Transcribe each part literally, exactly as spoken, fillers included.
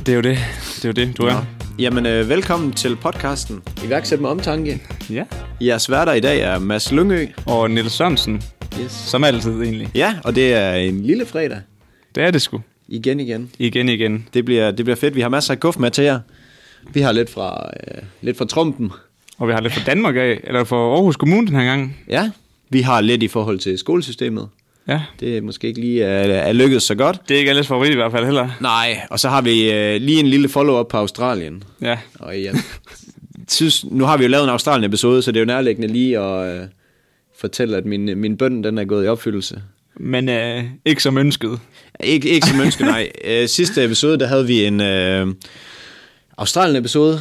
det er jo det. Det er jo det, du er. Jamen, øh, velkommen til podcasten Iværksæt med omtanke. Ja. Jeres værter i dag er Mads Lyngø. Og Niels Sørensen. Yes. Som altid egentlig. Ja, og det er en lille fredag. Det er det sgu. Igen, igen. Igen, igen. Det bliver, det bliver fedt. Vi har masser af guf med til jer. Vi har lidt fra, øh, lidt fra Trumpen. Og vi har lidt fra Danmark af, eller fra Aarhus Kommune den her gang. Ja, vi har lidt i forhold til skolesystemet. Ja. Det er måske ikke lige er, er lykkedes så godt. Det er ikke alles favorit i hvert fald heller. Nej, og så har vi øh, lige en lille follow-up på Australien. Ja. Og ja, synes, nu har vi jo lavet en Australien-episode, så det er jo nærliggende lige at øh, fortælle, at min, min bøn den er gået i opfyldelse. Men øh, ikke som ønsket. Ikke, ikke som ønsket, nej. Øh, sidste episode, der havde vi en øh, Australien-episode,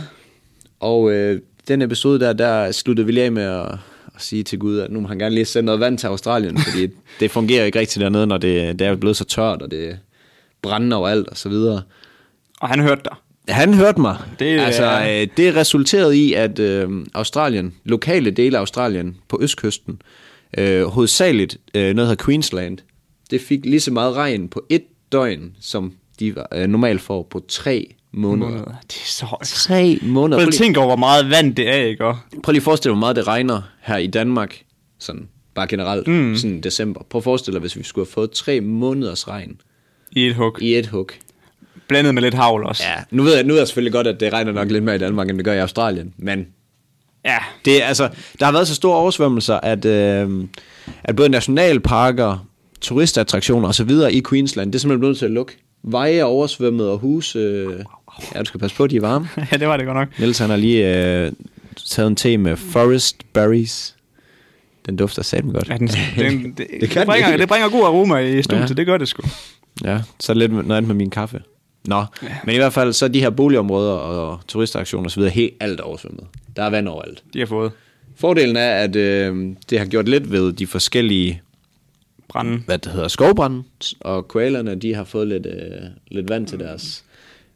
og øh, den episode der, der sluttede vi lige af med at, at sige til Gud, at nu må han gerne lige sende noget vand til Australien, fordi det fungerer ikke rigtigt dernede, når det, det er blevet så tørt, og det brænder overalt og så videre. Og han hørte dig. Han hørte mig. Det, altså, øh, det resulterede i, at øh, Australien, lokale dele af Australien på østkysten, øh, hovedsageligt øh, noget, der hedder Queensland, det fik lige så meget regn på et døgn, som de øh, normalt får på tre måneder. måneder. Det er så højt. Tre måneder. Prøv lige tænke over, hvor meget vand det er, ikke? Prøv lige at forestille dig, hvor meget det regner her i Danmark, sådan bare generelt, mm. sådan december. Prøv at forestille dig, hvis vi skulle have fået tre måneders regn. I et hug. I et hug. Blandet med lidt havl også. Ja, nu ved jeg, nu ved jeg selvfølgelig godt, at det regner nok lidt mere i Danmark, end det gør i Australien, men ja. Det, altså, der har været så store oversvømmelser, at, øh, at både nationalparker, turistattraktioner og så videre i Queensland, det er simpelthen nødt til at lukke. Veje er oversvømmet og huse, øh, ja, du skal passe på, at de er varme. Ja, det var det godt nok. Niels, han har lige øh, taget en te med forest berries. Den dufter satme godt. Ja, den, den, det, det, det, bringer, det bringer god aroma i studiet, ja. Det gør det sgu. Ja, så er det lidt noget andet med min kaffe. Nå, ja. Men i hvert fald så de her boligområder og turistattraktioner og så videre, helt alt oversvømmet. Der er vand overalt. De har fået. Fordelen er, at øh, det har gjort lidt ved de forskellige brænde. Hvad det hedder, skovbrænde, og koalerne, de har fået lidt, øh, lidt vand til deres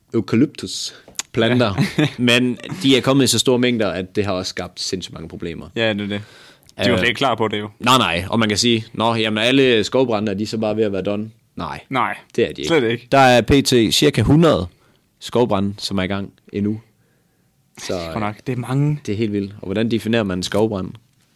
eukalyptusplanter, ja. Men de er kommet i så store mængder, at det har også skabt sindssygt mange problemer. Ja, det er det. De var slet ikke klar på det jo. Nej, nej, og man kan sige, nå, jamen alle skovbrænde, er de så bare ved at være done? Nej, nej, det er de ikke. Slet ikke. Der er pt. Cirka hundrede skovbrænde, som er i gang endnu. Så nok, det er mange. Det er helt vildt. Og hvordan definerer man en skovbrand?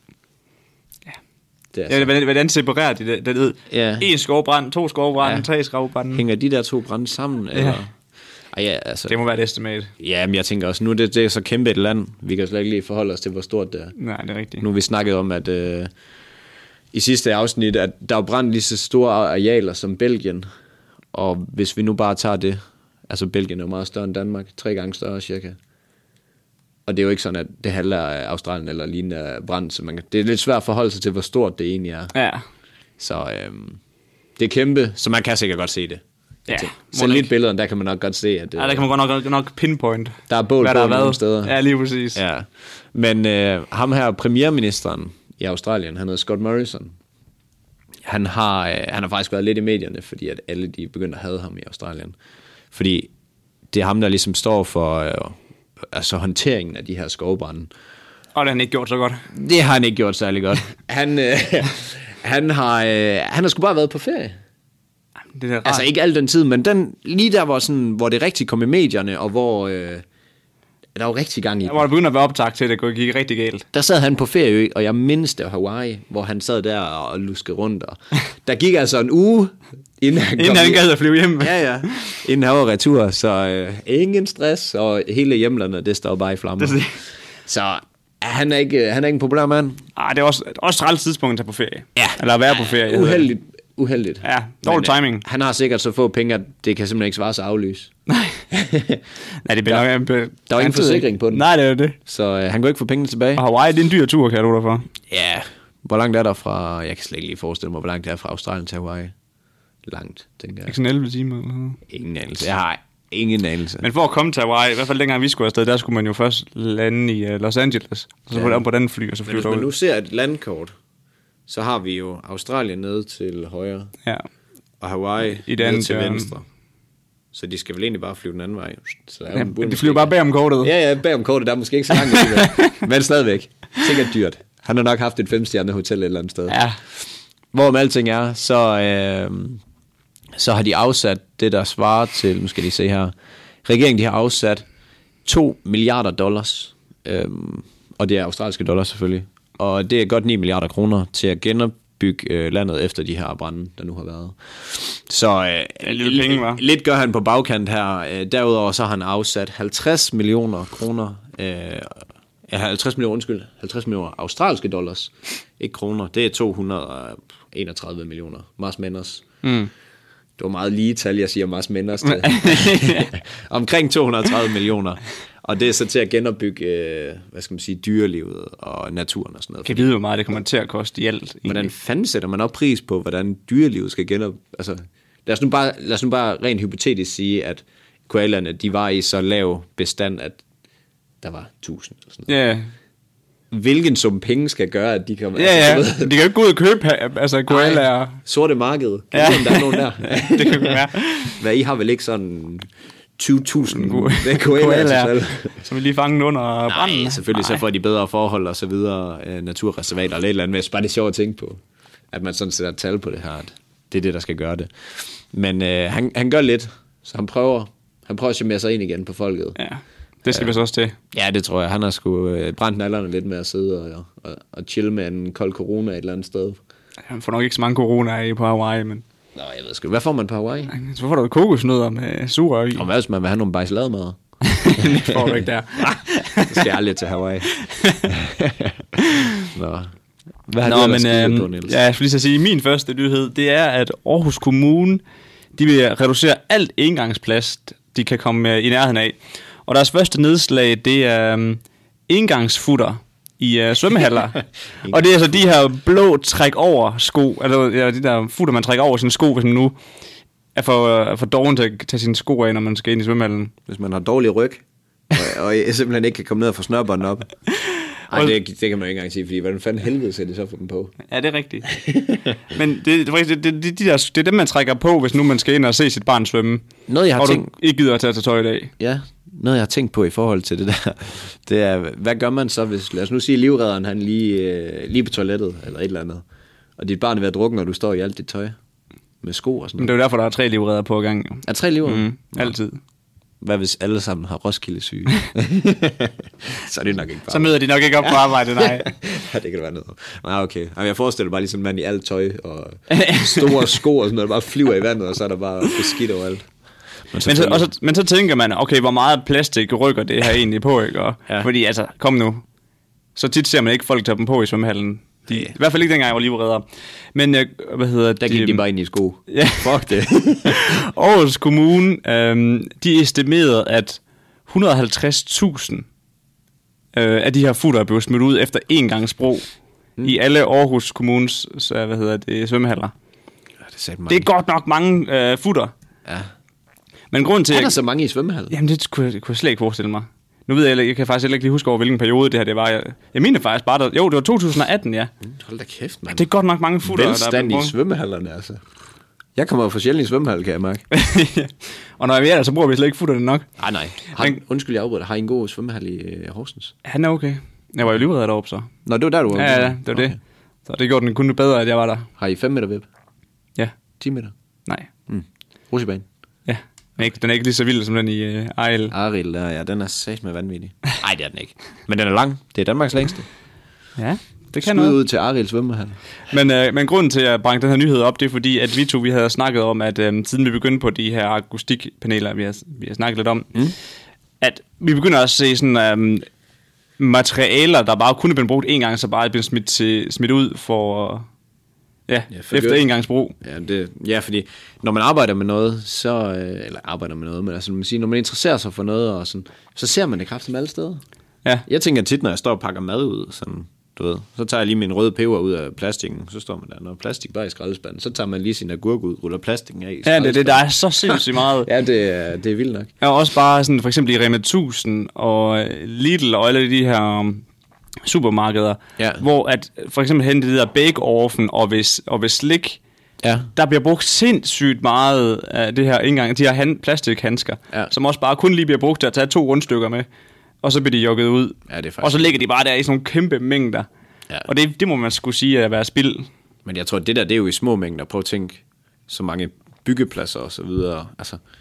Ja. Det er ja, hvordan, hvordan separerer de det? det ja. En skovbrand, to skovbrand, ja. Tre skovbrand. Hænger de der to brænde sammen? Ja. Eller? Ej, ja, altså. Det må være et estimat. Ja, men jeg tænker også, nu det, det er så kæmpe et land. Vi kan slet ikke lige forholde os til, hvor stort det er. Nej, det er rigtigt. Nu har vi snakket om, at øh, i sidste afsnit, at der er brændt lige så store arealer som Belgien. Og hvis vi nu bare tager det, altså Belgien er jo meget større end Danmark, tre gange større cirka. Og det er jo ikke sådan, at det handler af Australien eller lignende brand, så man kan, det er lidt svært at forholde sig til, hvor stort det egentlig er. Ja. Så øhm, det er kæmpe, så man kan sikkert godt se det. Ja. Så lidt billederne, der kan man nok godt se, at... Ja, der kan man godt nok, nok pinpoint. Der er bål på der nogle steder. Ja, lige præcis. Ja. Men øh, ham her, premierministeren i Australien, han hedder Scott Morrison. Han har, øh, han har faktisk været lidt i medierne, fordi at alle de begyndte at hade ham i Australien. Fordi det er ham, der ligesom står for øh, altså håndteringen af de her skovbrande. Og det har han ikke gjort så godt. Det har han ikke gjort særlig godt. han, øh, han, har, øh, han har sgu bare været på ferie. Det er altså ikke al den tid, men den, lige der, hvor, sådan, hvor det rigtig kom i medierne, og hvor øh, der var rigtig gang i ja, hvor der begyndte at være optag til, at det gik rigtig galt. Der sad han på ferie, og jeg mindes det Hawaii, hvor han sad der og luskede rundt. Og der gik altså en uge, inden han, inden han gad at flyve hjem. Ja, ja. Inden han var retur, så øh, ingen stress, og hele hjemlandet, det står bare i flammer. Det så han er ikke, han er ikke en populær mand. Ej, det er også, også et træls tidspunkt at tage på ferie. Ja. Eller at være på ferie. Uheldigt. Uheldigt. Ja, dårlig timing. Han har sikkert så få penge, at det kan simpelthen ikke svare sig at aflyse. Nej. Nej, det bliver der, nok... Der var ingen forsikring på den. Nej, det er det. Så øh, han går ikke få pengene tilbage. Og Hawaii, det er en dyr tur, kan jeg du for. Ja, hvor langt er der fra... Jeg kan slet ikke lige forestille mig, hvor langt det er fra Australien til Hawaii. Langt, tænker jeg. Ikke sådan elleve timer eller noget. Ingen anelse. Jeg har ingen anelse. Men for at komme til Hawaii, i hvert fald dengang vi skulle afsted, der skulle man jo først lande i uh, Los Angeles. Og så ja. på den fly, og så flyve derud. Men hvis man nu ser et landkort, så har vi jo Australien nede til højre. Ja. Og Hawaii i ned til venstre. Så de skal vel egentlig bare flyve den anden vej. Så ja, de flyver bare bag om kortet. Ja, ja, bag om kortet. Der er måske ikke så langt. Men stadigvæk. Sikkert dyrt. Han har nok haft et femstjernet hotel et eller andet sted. Ja. Hvorom alting er, så, øh, så har de afsat det, der svarer til, nu skal de se her, regeringen de har afsat to milliarder dollars, øhm, og det er australske dollars selvfølgelig, og det er godt ni milliarder kroner til at genopbygge øh, landet efter de her brande, der nu har været. Så øh, lille penge, hva'? lidt gør han på bagkant her. Øh, derudover så har han afsat halvtreds millioner kroner, øh, ja, halvtreds millioner, undskyld, halvtreds millioner australske dollars, ikke kroner, det er to hundrede og enogtredive millioner, Mars Menders. Mm. Det var meget lige tal, jeg siger Mars Menders til. Omkring to hundrede og tredive millioner. Og det er så til at genopbygge, øh, hvad skal man sige, dyrelivet og naturen og sådan noget. Kan vide, hvor meget det kommer til at koste i alt. Egentlig. Hvordan fanden sætter man op pris på, hvordan dyrelivet skal genop... Altså, lad os nu bare, lad os nu bare rent hypotetisk sige, at koalerne, de var i så lav bestand, at der var tusind. Og sådan noget. Ja. Hvilken sum penge skal gøre, at de kan... Ja, altså, ja. De kan jo ikke gå ud og købe altså, koalaer. Sorte marked. Kan ja. se, om der er nogen der? Det kan være. Hvad, I har vel ikke sådan tyve tusind koalaer, som vi lige fanget under branden? Nej, selvfølgelig, Nej. Så får de bedre forhold og så videre, naturreservater eller et eller andet, men bare det er sjovt at tænke på, at man sådan sætter tal på det her, at det er det, der skal gøre det. Men øh, han, han gør lidt, så han prøver, han prøver at charmere sig ind igen på folket. Ja, det skal ja. vi så også til. Ja, det tror jeg. Han har sgu øh, brændt nallerne lidt med at sidde og, og, og chille med en kold corona et eller andet sted. Han får nok ikke så mange corona på Hawaii, men... Nå, jeg ved sgu. Hvad får man på Hawaii? Så får du kokosnødder med surrør i. Og hvad hvis man vil have nogle bajslademad? Det får du ikke der. Så skal jeg aldrig til Hawaii. Nå. Hvad har Nå, du men, øh, på, Niels? Ja, jeg skal lige så sige, min første nyhed, det er, at Aarhus Kommune, de vil reducere alt engangsplast, de kan komme i nærheden af. Og deres første nedslag, det er um, engangsfutter i uh, svømmehaller. Og det er altså de her blå træk over sko, eller ja, de der futter, man trækker over sine sko, hvis man nu er for, uh, er for doven til at tage sine sko af, når man skal ind i svømmehallen. Hvis man har dårlig ryg, og, og simpelthen ikke kan komme ned og få snørbånden op. Ej, det, det kan man jo ikke engang sige, fordi hvordan fanden helvede sætter det så for dem på? Ja, det er rigtigt. Men det, det, det, det, de der, det er dem, man trækker på, hvis nu man skal ind og se sit barn svømme. Noget, jeg har og tænkt... du ikke gider at tage tøj i dag. Ja, noget, jeg har tænkt på i forhold til det der, det er, hvad gør man så, hvis, lad os nu sige, livredderen, han lige, øh, lige på toilettet, eller et eller andet, og dit barn er ved at drukke, når du står i alt dit tøj, med sko og sådan noget. Men det er jo derfor, der er tre livredder på gang. Jo. Er tre livredder? Mm, altid. Hvad hvis alle sammen har Roskilde syge? Så er det nok ikke bare. Så møder de nok ikke op på arbejde, nej. Ja, det kan det være noget. Nej, okay. Jamen, jeg forestiller bare ligesom en mand i alt tøj, og store sko og sådan noget, der bare flyver i vandet, og så er der bare beskidt overalt. Men, men, så, og så, men så tænker man, okay, hvor meget plastik rykker det her egentlig på, ikke? Og, ja. Fordi altså, kom nu. Så tit ser man ikke folk tage dem på i svømmehallen. De, ja. I hvert fald ikke dengang, jeg var livredder. Men hvad hedder der gik de, de bare ind i sko. Ja. Fuck det. Aarhus Kommune, øhm, de estimerede, at et hundrede og halvtreds tusind øh, af de her futter blev smidt ud efter engangsbrug mm. i alle Aarhus Kommunes så, hvad hedder det, svømmehaller. Ja, det, er det er godt nok mange øh, futter. Ja. Men grund til, er der så mange i svømmehallen? Jamen det kunne, det kunne jeg slet ikke forestille mig. Nu ved jeg, jeg kan faktisk ikke lige huske over, hvilken periode det her det var. Jeg, jeg mener faktisk bare, der, jo, det var to tusind og atten, ja. Mm, hold da kæft, mand. Det er godt nok mange futter. Velstand der er i svømmehallerne, altså. Jeg kommer jo for sjældent i svømmehal, kan jeg mærke. Og når jeg er der, så bruger vi slet ikke futterne nok. Nej, nej. Har, Men, undskyld, jeg afbryder. Har I en god svømmehal i uh, Horsens? Han er okay. Jeg var jo livredder deroppe, så. Nå, det var der, du var? Ja, ja, det var okay. det. Så det gjorde den kun bedre, at jeg var der. Har I fem meter web? Ja. ti meter? Nej. Mm. Rutsjebane? Ja. Den er, ikke, den er ikke lige så vild som den i uh, Ejl. Arild, der, ja, den er sat med vanvittig. Nej, det er den ikke. Men den er lang. Det er Danmarks længste. Ja, det kan Skud noget. ud til Arild svømmehal. Men, øh, men grunden til at bringe den her nyhed op, det er fordi, at vi to vi havde snakket om, at øh, siden vi begyndte på de her akustikpaneler, vi har, vi har snakket lidt om, mm. at vi begynder at se sådan øh, materialer, der bare kunne blive brugt en gang, så bare er blevet smidt, til, smidt ud for... Øh, Ja, ja efter engangsbrug. Ja, det, ja, fordi når man arbejder med noget, så, øh, eller arbejder med noget, men altså, man siger, når man interesserer sig for noget, og sådan, så ser man det kraftigt med alle steder. Ja. Jeg tænker tit, når jeg står og pakker mad ud, sådan, du ved, så tager jeg lige min røde peber ud af plastikken, så står man der, når plastik bare i skraldespanden, så tager man lige sin agurk ud, ruller plastikken af i ja, det er det, der er så sindssygt meget. Ja, det er, det er vildt nok. Ja, også bare sådan, for eksempel i Rema tusind og Lidl og alle de her... supermarkeder, ja. Hvor at for eksempel hente det der bake-offen og ved, og ved slik, ja. Der bliver brugt sindssygt meget af det her indgang, de her hand, plastikhandsker, ja. Som også bare kun lige bliver brugt til at tage to rundstykker med, og så bliver de jokket ud, ja, det er og så ligger de bare der i sådan nogle kæmpe mængder, ja. Og det, det må man skulle sige at være spild. Men jeg tror, det der, det er jo i små mængder. Prøv at tænke, så mange byggepladser og så videre, altså...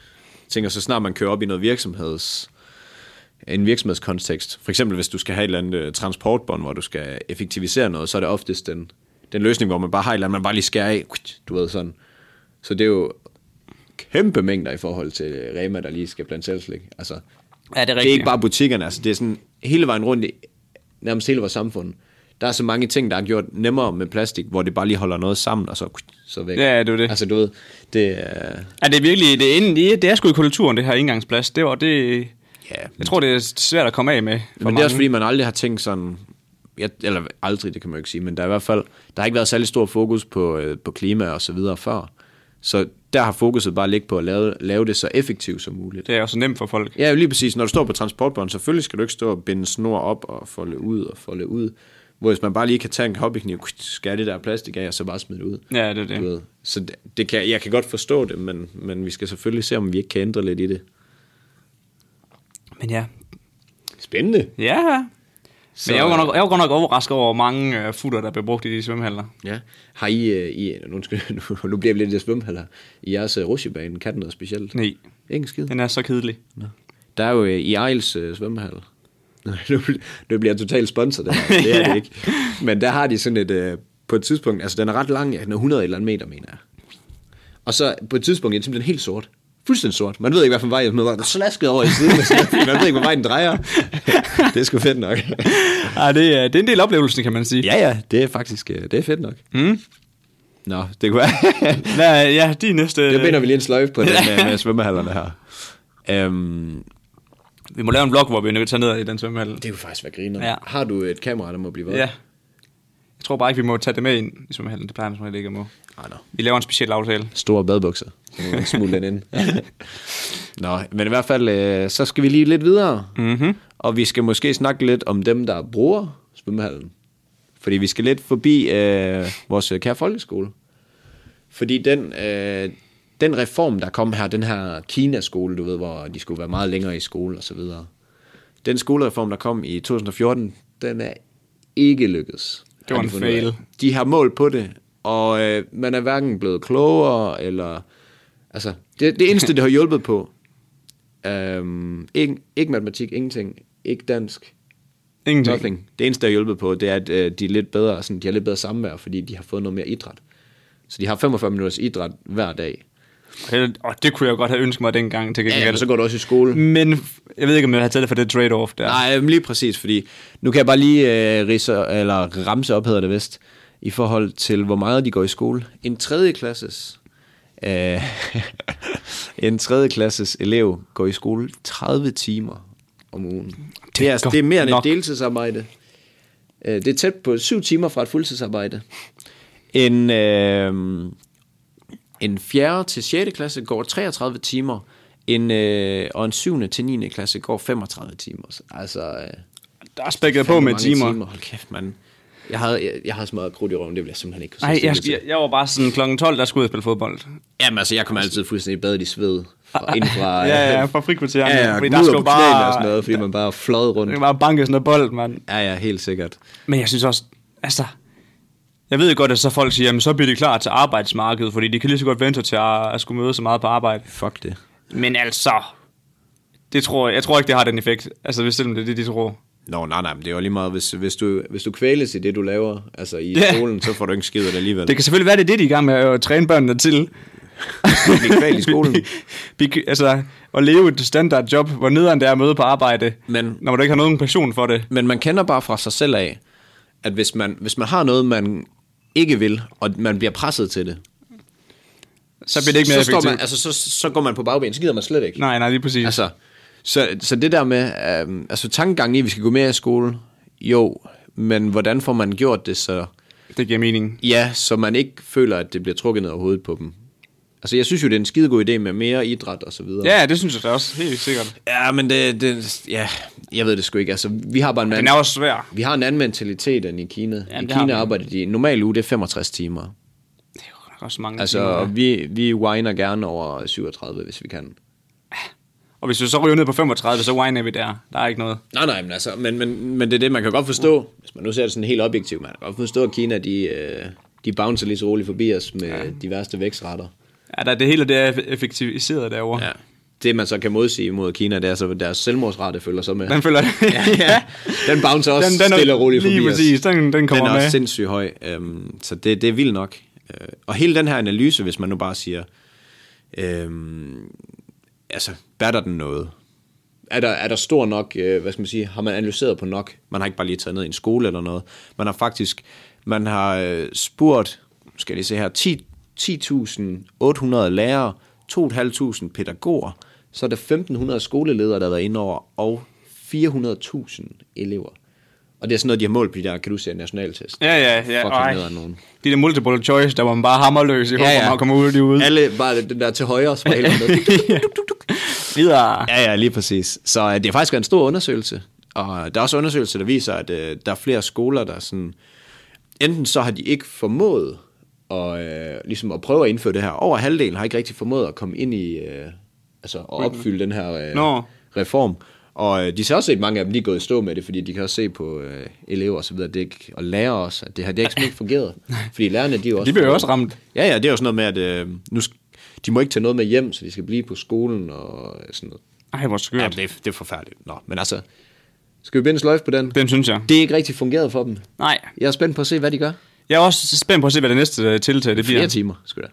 tænker, så snart man kører op i noget virksomheds, en virksomhedskontekst, for eksempel hvis du skal have et eller andet transportbånd, hvor du skal effektivisere noget, så er det oftest den, den løsning, hvor man bare har et eller andet, man bare lige skærer af, du ved sådan. Så det er jo kæmpe mængder i forhold til Rema, der lige skal blande selvslik. Altså, ja, det, er det er ikke bare butikkerne, altså det er sådan hele vejen rundt i nærmest hele vores samfund. Der er så mange ting, der er gjort nemmere med plastik, hvor det bare lige holder noget sammen, og så, så væk. Ja, det er det. Altså, du ved, det er... Ja, det er virkelig, det er, det er sgu i kulturen, det her engangsplast. Det var det... Ja, jeg tror, det er svært at komme af med. Men mange. Det er også, fordi man aldrig har tænkt sådan... Jeg, eller aldrig, det kan man jo ikke sige, men der er i hvert fald... Der har ikke været særlig stor fokus på, øh, på klima og så videre før. Så der har fokuset bare ligget på at lave, lave det så effektivt som muligt. Det er også nemt for folk. Ja, lige præcis. Når du står på transportbånd, selvfølgelig skal du ikke stå og binde snor op og folde ud og folde ud. Hvor hvis man bare lige kan tage en hobbykniv, skære det der plastik af, og så bare smide det ud. Ja, det er det. Ved. Så det, det kan, jeg kan godt forstå det, men, men vi skal selvfølgelig se, om vi ikke kan ændre lidt i det. Men ja. Spændende. Ja, så, men jeg var, nok, jeg var godt nok overrasket over, hvor mange uh, futter, der bliver brugt i de svømmehaller. Ja. Har I, uh, I nu, skal, nu, nu bliver vi lidt i svømmehaller, i jeres uh, rutsjebane, kan den noget specielt? Nej. Ingen skid? Den er så kedelig. Nå. Der er jo uh, i Ejls uh, svømmehal. nu, nu bliver jeg totalt sponsor, det her. Det er ja. det ikke. Men der har de sådan et, uh, på et tidspunkt, altså den er ret lang, den er hundrede eller meter, mener jeg. Og så på et tidspunkt er den simpelthen helt sort. Fuldstændig sort. Man ved ikke, hvilken vej den er slasket over i siden. Man ved ikke, hvor vej den drejer. Det er sgu fedt nok. Ja, det, er, det er en del oplevelse, kan man sige. Ja, ja, det er faktisk det er fedt nok. Mm. Nå, det kunne være. ja, ja, de næste... Det binder vi lige en sløjfe på den med, med svømmehallerne her. Um, vi må lave en vlog, hvor vi kan tage ned i den svømmehal. Det kunne faktisk være griner. Ja. Har du et kamera, der må blive våd? Ja. Jeg tror bare ikke, vi må tage det med ind i svømmehallen. Det plejer man som ikke at må. Ah, no. Vi laver en speciel aftale. Store badbukser. Så må vi smule den ind. Nå, men i hvert fald, øh, så skal vi lige lidt videre. Mm-hmm. Og vi skal måske snakke lidt om dem, der bruger svømmehallen. Fordi vi skal lidt forbi øh, vores kære folkeskole. Fordi den, øh, den reform, der kom her, den her Kina-skole, du ved, hvor de skulle være meget længere i skole og så videre. Den skolereform, der kom i to tusind og fjorten, den er ikke lykkedes. Det var en fail. De har målt på det, og øh, man er hverken blevet klogere, eller... Altså, det, det eneste, det har hjulpet på, øhm, ikke, ikke matematik, ingenting, ikke dansk, ingenting. Nothing. Det eneste, der har hjulpet på, det er, at øh, de, er lidt bedre, sådan, de har lidt bedre samvær, fordi de har fået noget mere idræt. Så de har femogfyrre minutters idræt hver dag. Og det kunne jeg godt have ønsket mig dengang. Til ja, men så går du også i skole. Men jeg ved ikke, om jeg har taget det for det trade-off der. Nej, lige præcis, fordi nu kan jeg bare lige øh, rise, eller ramse op, hedder det vist, i forhold til, hvor meget de går i skole. En tredje klasses, øh, en tredje klasses elev går i skole tredive timer om ugen. Det, det, er, det er mere end et deltidsarbejde. Det er tæt på syv timer fra et fuldtidsarbejde. En... Øh, En fjerde til sjette klasse går treogtredive timer, en, øh, og en syvende til niende klasse går femogtredive timer. Altså, øh, der er spækket på med timer. timer. Hold kæft, mand. Jeg havde, jeg, jeg havde smadret krudt i røven, det ville jeg simpelthen ikke kunne. Nej, jeg, jeg, jeg var bare sådan klokken tolv, der skulle jeg spille fodbold. Jamen altså, jeg kom altid fuldstændig badet i sved. Fra, inden fra, ja, ja, fra frikvarteren. Ja, ja, fordi der skulle bare... Og sådan noget, fordi man bare flød rundt. Det var bare banke sådan noget bold, mand. Ja, ja, helt sikkert. Men jeg synes også, altså... Jeg ved godt, at så folk siger, jamen så bliver de klar til arbejdsmarkedet, fordi de kan lige så godt vente sig til at, at skulle møde så meget på arbejde. Fuck det. Men altså, det tror jeg, jeg tror ikke, det har den effekt. Altså, hvis selvom det er det, de tror. Nå, nej, nej, men det er jo lige meget, hvis, hvis, du, hvis du kvæles i det, du laver, altså i yeah. skolen, så får du ikke skid af det alligevel. Det kan selvfølgelig være, det er det, de er i gang med at træne børnene til. Blive kvæl i skolen. Altså, at leve et standard job, hvor nederen det er at møde på arbejde, men, når man ikke har nogen passion for det. Men man kender bare fra sig selv af, at hvis man, hvis man har noget, man ikke vil, og man bliver presset til det, så bliver det ikke mere så, man, altså, så, så går man på bagben, så gider man slet ikke. Nej, nej, lige præcis. Altså, så, så det der med, øh, altså tankegangen i, at vi skal gå mere i skole, jo, men hvordan får man gjort det, så... Det giver mening. Ja, så man ikke føler, at det bliver trukket ned over hovedet på dem. Altså, jeg synes jo, det er en skidegod idé med mere idræt og så videre. Ja, det synes jeg da også, helt sikkert. Ja, men det, det ja, jeg ved det sgu ikke. Altså, vi har bare en Den er også svær. Vi har en anden mentalitet end i Kina. Ja, I Kina arbejder de, en normal uge, det er femogtres timer. Det er jo også mange altså, timer. Altså, vi, vi whiner gerne over syvogtredive, hvis vi kan. Og hvis vi så ryger ned på femogtredive, så whiner vi der. Der er ikke noget. Nej, nej, men, altså, men, men, men det er det, man kan godt forstå. Hvis man nu ser det sådan helt objektivt, man kan godt forstå, at Kina, de, de bouncer lige så roligt forbi os med ja. de værste vækstretter. Ja, der, det hele det er effektiviseret derovre. Ja. det, man så kan modsige mod Kina, det er så, deres selvmordsrate følger så med. Den følger ja, ja. Den bouncer også den, den stille og roligt forbi lige præcis, den, den kommer med. Den er med. også sindssygt høj. Um, så det, det er vildt nok. Uh, og hele den her analyse, hvis man nu bare siger, um, altså, batter den noget? Er der, er der stor nok, uh, hvad skal man sige, har man analyseret på nok? Man har ikke bare lige taget ned i en skole eller noget. Man har faktisk, man har uh, spurgt, skal jeg se her, ti tusind otte hundrede lærere, to tusind fem hundrede pædagoger, så er der femten hundrede skoleledere, der har været inde over, og fire hundrede tusind elever. Og det er sådan noget, de har målt på de der, kan du se, nationaltest. Ja, ja, ja. Ej, nogen. De der multiple choice, der var man bare hammerløs i håber, ja, ja. man kommer ud lige ud. Alle, bare den der til højre, så hele Videre. Ja, ja, lige præcis. Så uh, det er faktisk en stor undersøgelse. Og der er også undersøgelser, der viser, at uh, der er flere skoler, der sådan, enten så har de ikke formået og øh, ligesom at prøve at indføre det her. Over halvdelen har ikke rigtig formået at komme ind i, øh, altså at opfylde den her øh, no. reform. Og øh, de ser også set, mange af dem, de er gået i stå med det, fordi de kan også se på øh, elever og så videre, det ikke, og lærer os, at det har det ikke, ikke fungeret. Fordi lærerne, de er jo også... De bliver jo også ramt. Ja, ja, det er jo sådan noget med, at øh, nu de må ikke tage noget med hjem, så de skal blive på skolen og sådan noget. Ej, hvor skørt. Ja, det, er, det er forfærdeligt. Nå, men altså, skal vi binde sløjf på den? Den synes jeg. Det er ikke rigtig fungeret for dem. Nej. Jeg er spændt på at se, hvad de gør. Jeg er også spændt på at se, hvad det næste tiltag det bliver. Flere timer, sgu da.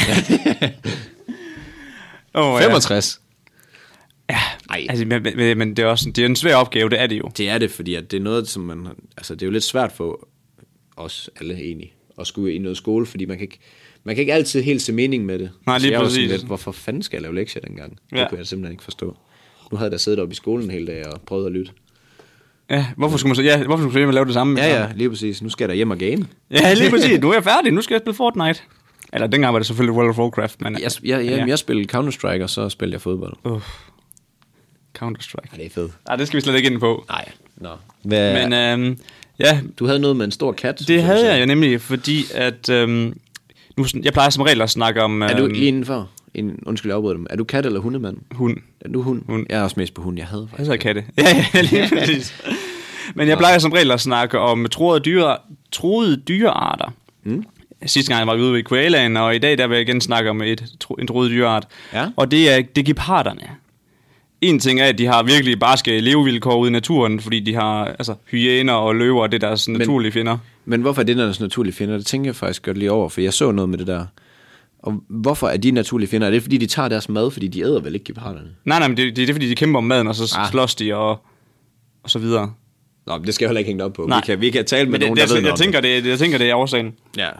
oh, femogtres. Ja, altså, men, men, men det er også det er en svær opgave, det er det jo. Det er det, fordi at det er noget, som man... Altså, det er jo lidt svært for os alle egentlig at skulle i noget skole, fordi man kan ikke, man kan ikke altid helt se mening med det. Nej, lige præcis. Lidt, hvorfor fanden skal jeg lave lektier dengang? Ja. Det kunne jeg simpelthen ikke forstå. Nu havde jeg da siddet oppe i skolen hele dag og prøvet at lytte. Ja, hvorfor skulle man så, ja, hvorfor skulle man så hjem og lave det samme? Ja, ja, lige præcis. Nu skal jeg da hjem og game. Ja, lige præcis. Nu er jeg færdig. Nu skal jeg spille Fortnite. Eller dengang var det selvfølgelig World of Warcraft. Men, jeg, jeg, jeg, ja. jeg spillede Counter-Strike, og så spillede jeg fodbold. Uh, Counter-Strike. Ja, det er fedt. Nej, det skal vi slet ikke ind på. Nej, nå. Men øhm, ja. Du havde noget med en stor kat. Det havde jeg jo nemlig, fordi at... Øhm, nu, jeg plejer som regel at snakke om... Øhm, er du lige indenfor? En, undskyld, jeg afbryder dem. Er du kat eller hundemand? Hund. Er du hund? hund? Jeg er også mest på hund. Jeg havde faktisk. Jeg hedder katte. Ja, ja, lige præcis. Men jeg plejer som regel at snakke om troede, dyre, troede dyrearter. Mm. Sidste gang jeg var ude ved koalaen, og i dag der vil jeg igen snakke om et, en troet dyreart. Ja. Og det er, det er geparderne. En ting er, at de har virkelig barske levevilkår ude i naturen, fordi de har altså, hyæner og løver, og det er deres naturlige fjender. Men hvorfor er det deres naturlige fjender? Det tænker jeg faktisk godt lige over, for jeg så noget med det der. Og hvorfor er de naturlige fjender? Er det fordi, de tager deres mad, fordi de æder vel ikke geparderne? Nej, nej, men det, det er fordi, de kæmper om maden, og så ah. slås de, og, og så videre. Nå, det skal jeg heller ikke hænge op på. Vi kan, vi kan tale med men nogen, det, der det, ved jeg tænker, det. det. Jeg tænker, det er årsagen. Ja.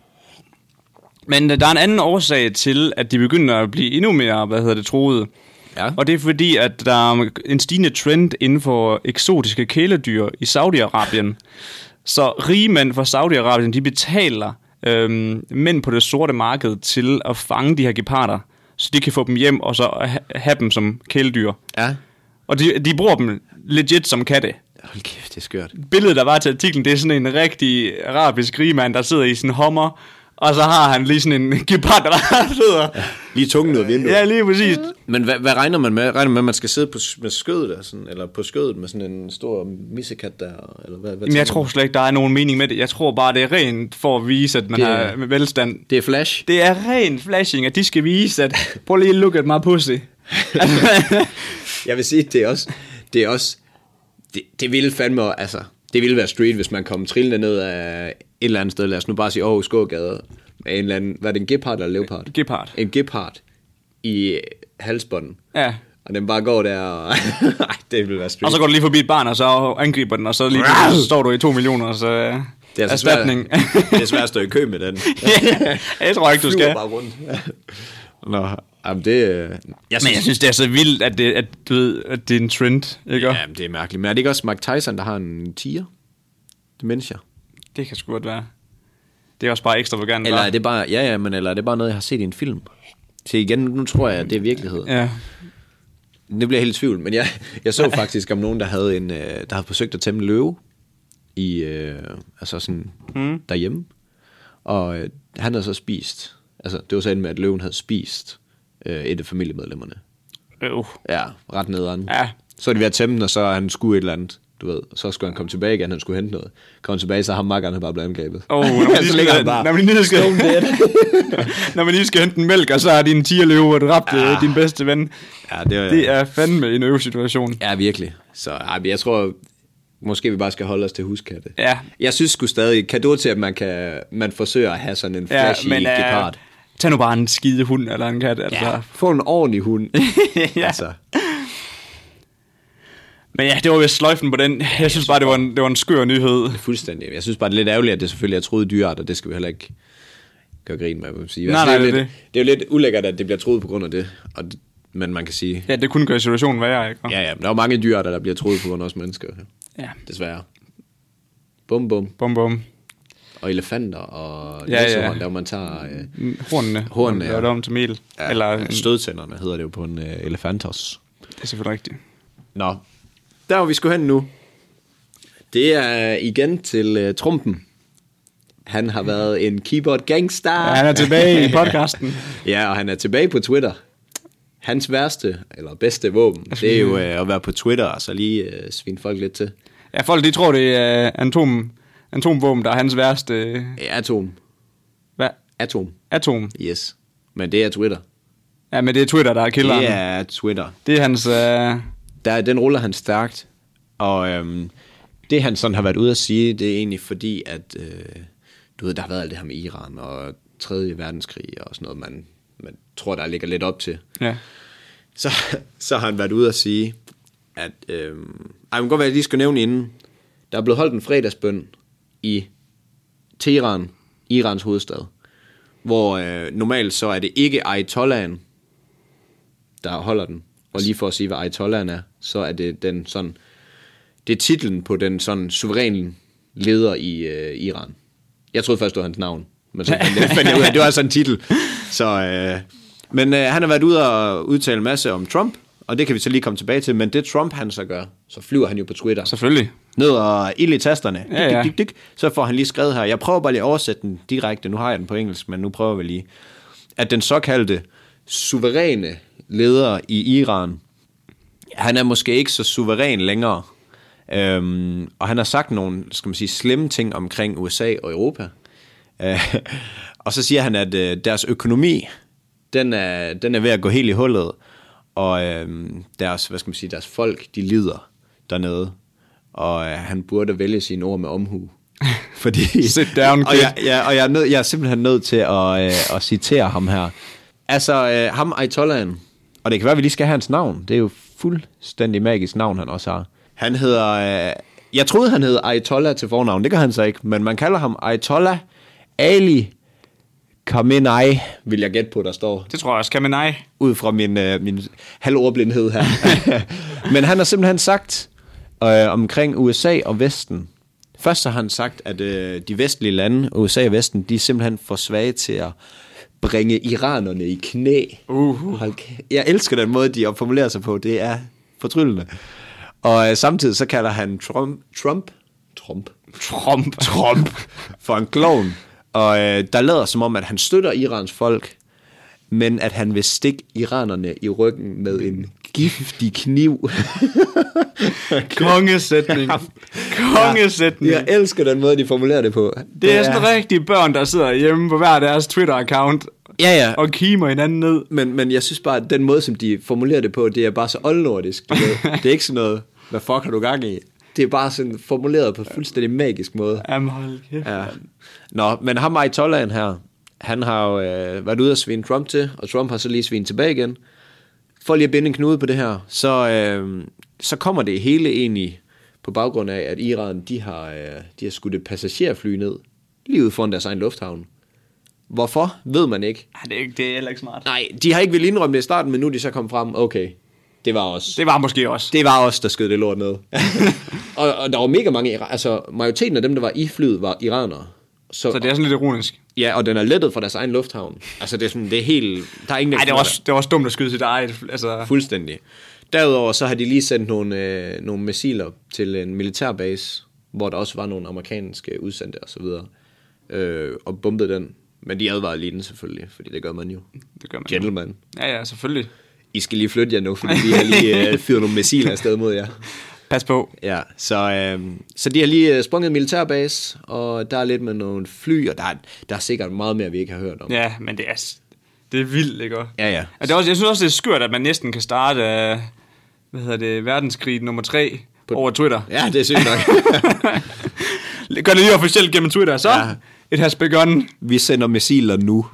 Men der er en anden årsag til, at de begynder at blive endnu mere, hvad hedder det, troede. Ja. Og det er fordi, at der er en stigende trend inden for eksotiske kæledyr i Saudi-Arabien. Så rige mænd fra Saudi-Arabien, de betaler øhm, mænd på det sorte marked til at fange de her geparder, så de kan få dem hjem og så ha- have dem som kæledyr. Ja. Og de, de bruger dem legit som katte. Hold kæft, det er skørt. Billedet, der var til artiklen, det er sådan en rigtig arabisk rigmand, der sidder i sin hummer, og så har han lige sådan en gepard, der sidder... Ja, lige tungen ud af vinduet. Ja, lige præcis. Men hvad, hvad regner man med? Regner man med, at man skal sidde på, med skødet der, sådan, eller på skødet med sådan en stor missekat der? Eller hvad, hvad Men jeg tror slet ikke, der er nogen mening med det. Jeg tror bare, det er rent for at vise, at man det er, har velstand. Det er flash? Det er rent flashing, at de skal vise, at prøv lige at look at my pussy. Jeg vil sige, det er også... Det er også det, det ville fandme... Altså, det ville være street, hvis man kom trillende ned af et eller andet sted. Lad os nu bare sige Aarhus Gågade. Med en eller anden... Hvad er det, en gepard eller leopard? Gepard. En gepard i halsbånden. Ja. Og den bare går der og... Ej, det vil være street. Og så går du lige forbi et barn, og så angriber den, og så lige så står du i to millioner, så det er altså erstatning. Svært, det er svært at stå i kø med den. Ja, jeg tror ikke, du skal. Bare rundt. Nå, jamen det... Jeg synes, men jeg synes, det er så vildt, at det, at, du ved, at det er en trend, ikke? Ja, det er mærkeligt. Men er det ikke også Mike Tyson, der har en tiger? Dementia? Det kan sgu godt være. Det er også bare ekstravagant. Eller er det bare... Ja, ja, men eller er det bare noget, jeg har set i en film? Så igen, nu tror jeg, at det er virkelighed. Ja. Det bliver helt i tvivl, men jeg, jeg så faktisk om nogen, der havde, en, der havde forsøgt at tæmme løve i, øh, altså sådan mm. derhjemme. Og øh, han havde så spist... Altså, det var sådan med, at løven havde spist øh, et af familiemedlemmerne. Øh. Ja, ret nederen. Ja. Så er de ved at tæmme den, og så er han skudt et eller andet. du ved. Så skulle han komme tilbage igen, han skulle hente noget. Kom tilbage, så har makkeren bare blevet angrebet. Åh, oh, når man lige skal, når man lige skal, når man lige skal hente en mælk, og så er din tigerløve dræbt ja. din bedste ven. Ja, det, er, det er fandme en øvesituation. Ja, virkelig. Så ja, jeg tror, måske vi bare skal holde os til huskatte. Ja. Jeg synes sgu stadig, kado til, at man, kan, man forsøger at have sådan en flashy ja, gepard. Tag nu bare en skide hund eller en kat. Altså. Ja, få en ordentlig hund. ja. Altså. Men ja, det var vist sløjfen på den. Jeg synes bare, det var en, det var en skør nyhed. Fuldstændig. Jeg synes bare, det er lidt ærgerligt, at det selvfølgelig er troet dyrearter. Det skal vi heller ikke gøre grin med, vil sige. Nej, altså, nej, det, er det, lidt, det. det er jo lidt ulækkert, at det bliver troet på grund af det. Og det men man kan sige... Ja, det kunne gøre situationen værre, ikke? Ja, ja. Der er jo mange dyrearter, der bliver troet på grund af os mennesker. Ja. Desværre. Bum, bum. Bum, bum. Og elefanter og ja, ja. der man tager øh, hornene, hornene ja. om til mel. Ja, eller stødtænderne hedder det jo på en øh, elefantos. Det er selvfølgelig rigtigt. Nå, der hvor vi skulle hen nu, det er igen til øh, Trumpen. Han har været en keyboard gangster. Ja, han er tilbage i podcasten. Ja, og han er tilbage på Twitter. Hans værste, eller bedste våben, det er jo øh, at være på Twitter og så lige øh, svine folk lidt til. Ja, folk de tror, det er atom, atomvåben, der er hans værste... Ja, atom. Hvad? Atom. Atom. Yes. Men det er Twitter. Ja, men det er Twitter, der er killeren. Det er Twitter. Det er hans... Øh... Der, den ruller han stærkt. Og øhm, det han sådan har været ude at sige, det er egentlig fordi, at øh, du ved, der har været alt det her med Iran og tredje verdenskrig og sådan noget, man, man tror, der ligger lidt op til. Ja. Så, så har han været ude at sige, at... Øh, ej, man kan godt være, at jeg lige skal nævne inden. Der er blevet holdt en fredagsbøn i Teheran, Irans hovedstad, hvor øh, normalt så er det ikke Ayatollahen, der holder den. Og lige for at sige, hvad Ayatollahen er, så er det den sådan, det er titlen på den sådan suveræne leder i øh, Iran. Jeg troede først, det var hans navn, men så fandt jeg ud af, at det var sådan en titel. Så, øh, men øh, han har været ude og udtale en masse om Trump, og det kan vi så lige komme tilbage til, men det Trump han så gør, så flyver han jo på Twitter. Selvfølgelig. Ned og ild i tasterne. Ja, ja. Dik, dik, dik. Så får han lige skrevet her. Jeg prøver bare lige at oversætte den direkte. Nu har jeg den på engelsk, men nu prøver vi lige. At den såkaldte suveræne leder i Iran, han er måske ikke så suveræn længere. Øhm, og han har sagt nogle, skal man sige, slemme ting omkring U S A og Europa. Øh, og så siger han, at øh, deres økonomi, den er, den er ved at gå helt i hullet. Og øh, deres, hvad skal man sige, deres folk, de lider dernede. Og øh, han burde vælge sine ord med omhu. Fordi, sit down, og jeg, ja, og jeg, er nød, jeg er simpelthen nødt til at, øh, at citere ham her. Altså, øh, ham Ayatollahen, og det kan være, at vi lige skal have hans navn. Det er jo fuldstændig magisk navn, han også har. Han hedder, øh, jeg troede, han hed Ayatollah til fornavn. Det gør han så ikke, men man kalder ham Ayatollah Ali Khamenei, vil jeg gætte på, der står. Det tror jeg også, Khamenei. Ud fra min, øh, min halvordblindhed her. Men han har simpelthen sagt øh, omkring U S A og Vesten. Først har han sagt, at øh, de vestlige lande, U S A og Vesten, de er simpelthen for svage til at bringe iranerne i knæ. Uh. Jeg elsker den måde, de formulerer sig på. Det er fortryllende. Og øh, samtidig så kalder han Trump, Trump, Trump, Trump, Trump for en klovn. Og øh, der lader som om, at han støtter Irans folk, men at han vil stikke iranerne i ryggen med en giftig kniv. Kongesætning. Kongesætning. Ja, jeg elsker den måde, de formulerer det på. Det, det er sådan rigtige børn, der sidder hjemme på hver deres Twitter-account ja, ja. og kimer hinanden ned. Men, men jeg synes bare, at den måde, som de formulerer det på, det er bare så oldnordisk. Det er ikke sådan noget, hvad fuck har du gang i? Det er bare sådan formuleret på en fuldstændig magisk måde. Jamen hold kæft. Ja. Nå, men ham Ayatollahen her, han har jo øh, været ude at svine Trump til, og Trump har så lige svinet tilbage igen. For lige at binde en knude på det her, så, øh, så kommer det hele egentlig på baggrund af, at Iran, de har, øh, de har skudt et passagerfly ned, lige ude foran deres egen lufthavn. Hvorfor, ved man ikke. Ja, det, er ikke, det er heller ikke smart. Nej, de har ikke ville indrømme det i starten, men nu er de så kommet frem, okay, det var os. Det var måske også. Det var os, der skød det lort ned. og, og der var mega mange, altså majoriteten af dem, der var i flyet, var iranere. Så, så det er sådan lidt ironisk. Ja, og den er lettet fra deres egen lufthavn. Altså det er sådan, det er helt, der er ingen. Nej, det var også, det var også dumt at skyde sit eget. Altså. Fuldstændig. Derudover så har de lige sendt nogle, øh, nogle missiler til en militærbase, hvor der også var nogle amerikanske udsendte og så videre, øh, og bombede den. Men de advarede lige den selvfølgelig, fordi det gør man jo. Det gør man. Gentleman. Jo. Ja, ja, selvfølgelig. I skal lige flytte jer nu, fordi vi har lige øh, fyret nogle missiler afsted mod jer. Pas på. Ja, så, øh, så de har lige øh, sprunget en militærbase, og der er lidt med nogle fly, og der er, der er sikkert meget mere, vi ikke har hørt om. Ja, men det er, det er vildt, ikke? Ja, ja. Og det er også, jeg synes også, det er skørt, at man næsten kan starte, uh, hvad hedder det, verdenskrig nummer tre på, over Twitter. Ja, det er sygt nok. Gør det lige officielt gennem Twitter, så ja. It has begun. Vi sender missiler nu.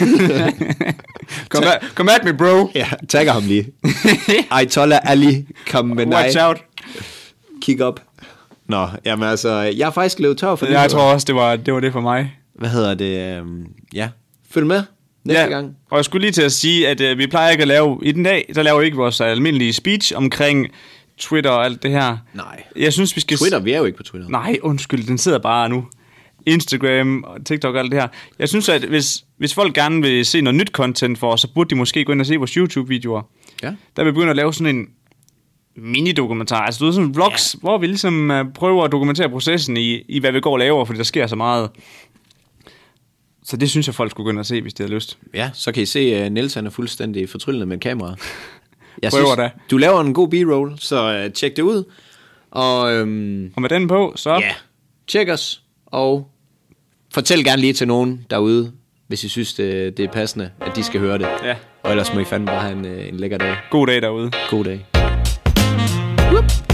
come, at, come at me, bro. Ja, tagger ham lige. Ayatollah Ali Khamenei. Watch out. Kig op. Nå, jamen altså, jeg har faktisk løbet tør for det. Ja, jeg tror også, det var, det var det for mig. Hvad hedder det? Um, ja, følg med næste ja. gang. Og jeg skulle lige til at sige, at uh, vi plejer ikke at lave, i den dag, der laver vi ikke vores almindelige speech omkring Twitter og alt det her. Nej. Jeg synes, vi skal... Twitter, vi er jo ikke på Twitter. Nej, undskyld, den sidder bare nu. Instagram og TikTok og alt det her. Jeg synes, at hvis, hvis folk gerne vil se noget nyt content for os, så burde de måske gå ind og se vores YouTube-videoer. Ja. Der vil vi begynde at lave sådan en mini-dokumentar. Altså, du ved, sådan vlogs, ja. Hvor vi ligesom uh, prøver at dokumentere processen i, i, hvad vi går og laver, fordi der sker så meget. Så det synes jeg, folk skulle gå ind og se, hvis de har lyst. Ja, så kan I se, uh, Niels han er fuldstændig fortryllende med kamera. Jeg Prøver synes, da. Du laver en god b-roll, så uh, tjek det ud. Og, øhm, og med den på, så... Ja, tjek os, og fortæl gerne lige til nogen derude, hvis I synes, det, det er passende, at de skal høre det. Ja. Og ellers må I fandme bare have en, en lækker dag. God dag derude. God dag. Whoop.